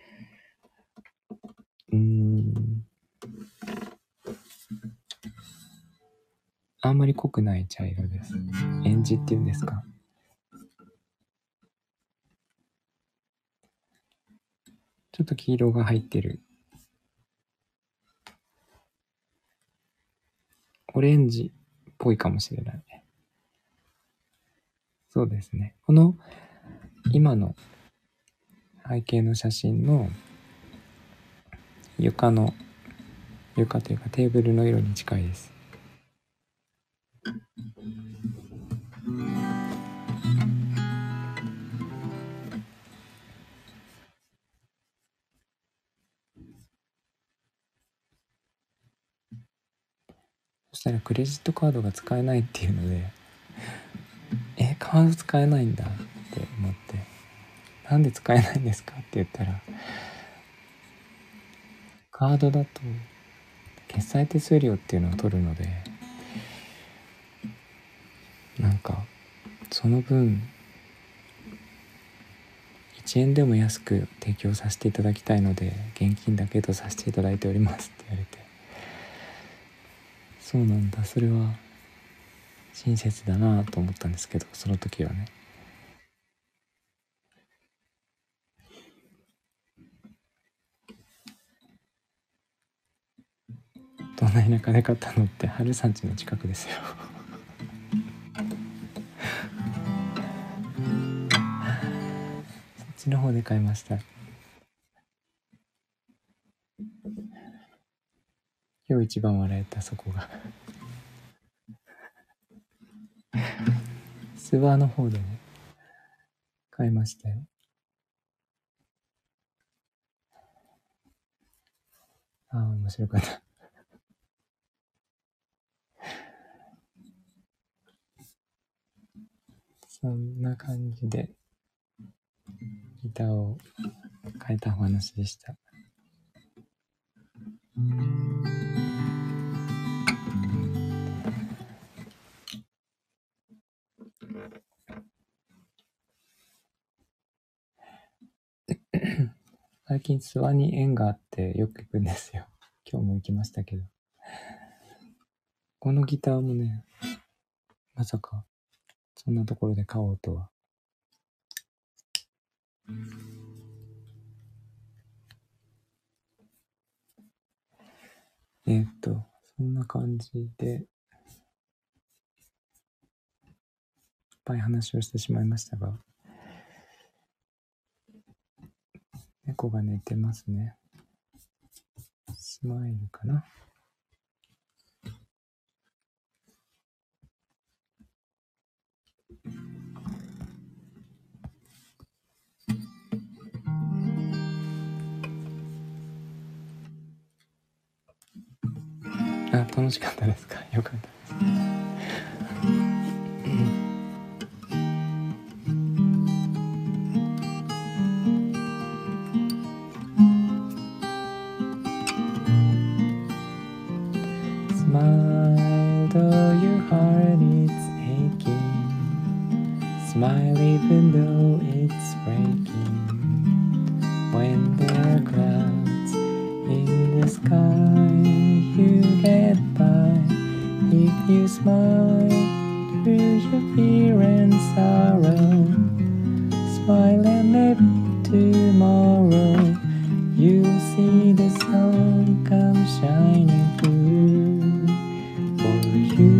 あんまり濃くない茶色です。エンジっていうんですか。ちょっと黄色が入ってる。オレンジっぽいかもしれない。そうですね。この今の背景の写真の床というかテーブルの色に近いです。そしたらクレジットカードが使えないっていうので、カード使えないんだって思って、なんで使えないんですかって言ったら、カードだと決済手数料っていうのを取るので、なんかその分1円でも安く提供させていただきたいので現金だけとさせていただいておりますって言われて、そうなんだ、それは親切だなと思ったんですけど、その時はね。どんな田舎で買ったのって、春さん家の近くですよそっちの方で買いました。今日一番笑えた、そこがスワの方でね買いましたよ。面白かったそんな感じでギターを変えたお話でした。最近諏訪に縁があってよく行くんですよ。今日も行きましたけど、このギターもね、まさかそんなところで買おうとはそんな感じで、いっぱい話をしてしまいましたが、猫が寝てますね。スマイルかな。あ、楽しかったですか。よかったです。Smile though your heart is aching. Smile even though it's breaking. When there are clouds in the sky, you get by. If you smile through your fear and sorrow, smile and maybe tomorrow you'll see the sun come shining through for you.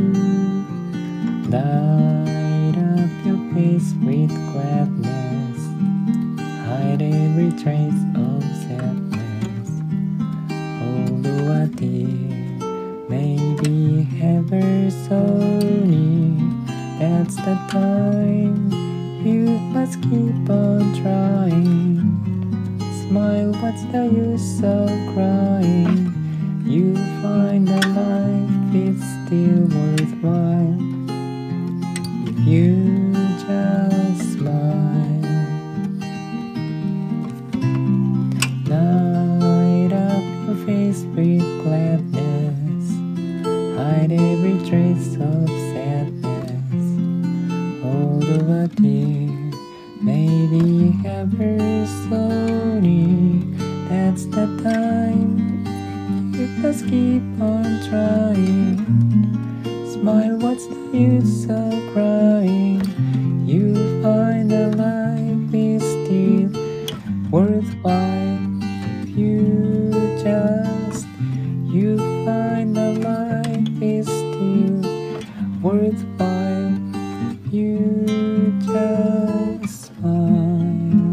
Light up your face with gladness, hide every trace of sadness. Although a tear may be ever so near, that's the time you must keep on trying. Smile, what's the use of crying? You'll find that life is still worthwhile if you just smile. Light up your face with gladness, hide every trace of sadness. Although a tear may be ever so near, that's the time you must keep on trying. Smile, what's the use of crying? You'll find that life is still worthwhile if you just. You'll find that life is still worthwhile if you just smile.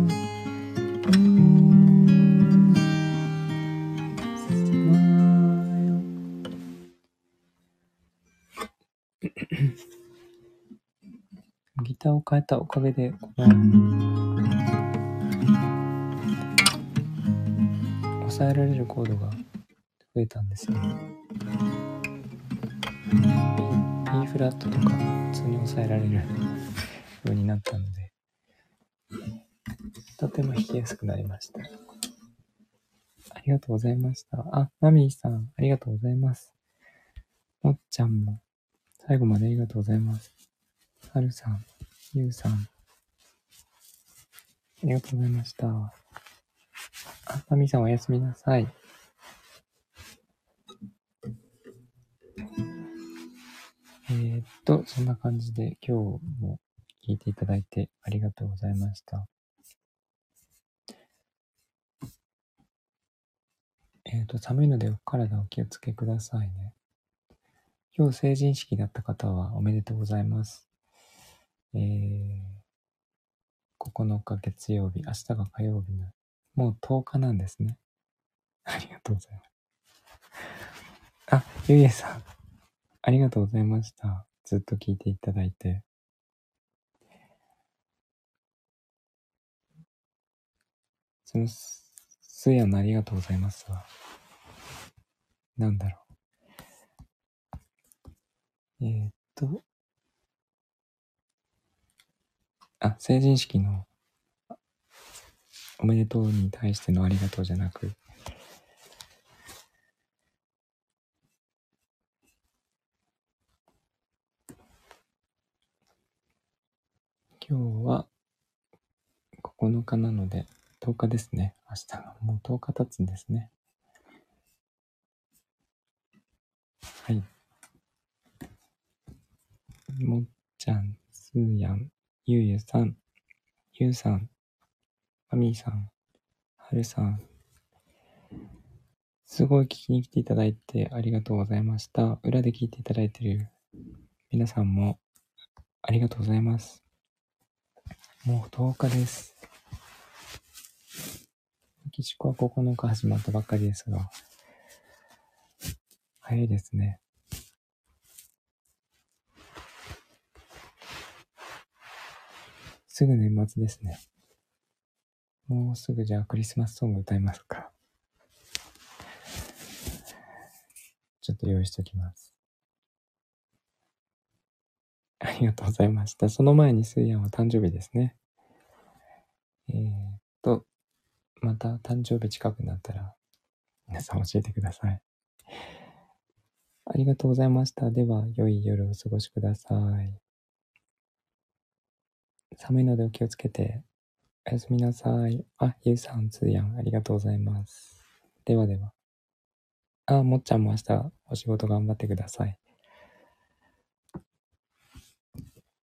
Smile. ギターを変えたおかげでこの抑えられるコードが増えたんですよね。B フラットとか普通に抑えられるようになったので、とても弾きやすくなりました。ありがとうございました。あ、マミーさん、ありがとうございます。もっちゃんも、最後までありがとうございます。はるさん、ゆうさん、ありがとうございました。あ、マミーさんおやすみなさい。そんな感じで今日も聞いていただいてありがとうございました。寒いのでお体お気をつけくださいね。今日成人式だった方はおめでとうございます。9日月曜日、明日が火曜日の、もう10日なんですね。ありがとうございます。あ、ゆいえさん、ありがとうございました。ずっと聞いていただいて。その、すやのありがとうございますわ。なんだろう。成人式のおめでとうに対してのありがとうじゃなく、今日は9日なので、10日ですね。明日がもう10日経つんですね。はい。もっちゃん、すーやん、ゆうゆさん、ゆうさん、 アミーさん、はるさん、すごい聞きに来ていただいてありがとうございました。裏で聞いていただいている皆さんもありがとうございます。もう10日です。メキシコは9日始まったばっかりですが、早いですね。すぐ年末ですね。もうすぐじゃあクリスマスソング歌いますか。ちょっと用意しておきます。ありがとうございました。その前にスイヤンは誕生日ですね。また誕生日近くなったら皆さん教えてください。ありがとうございました。では、良い夜をお過ごしください。寒いのでお気をつけて、おやすみなさい。あ、ゆうさん、つーやん、ありがとうございます。ではでは。もっちゃんも明日お仕事頑張ってください。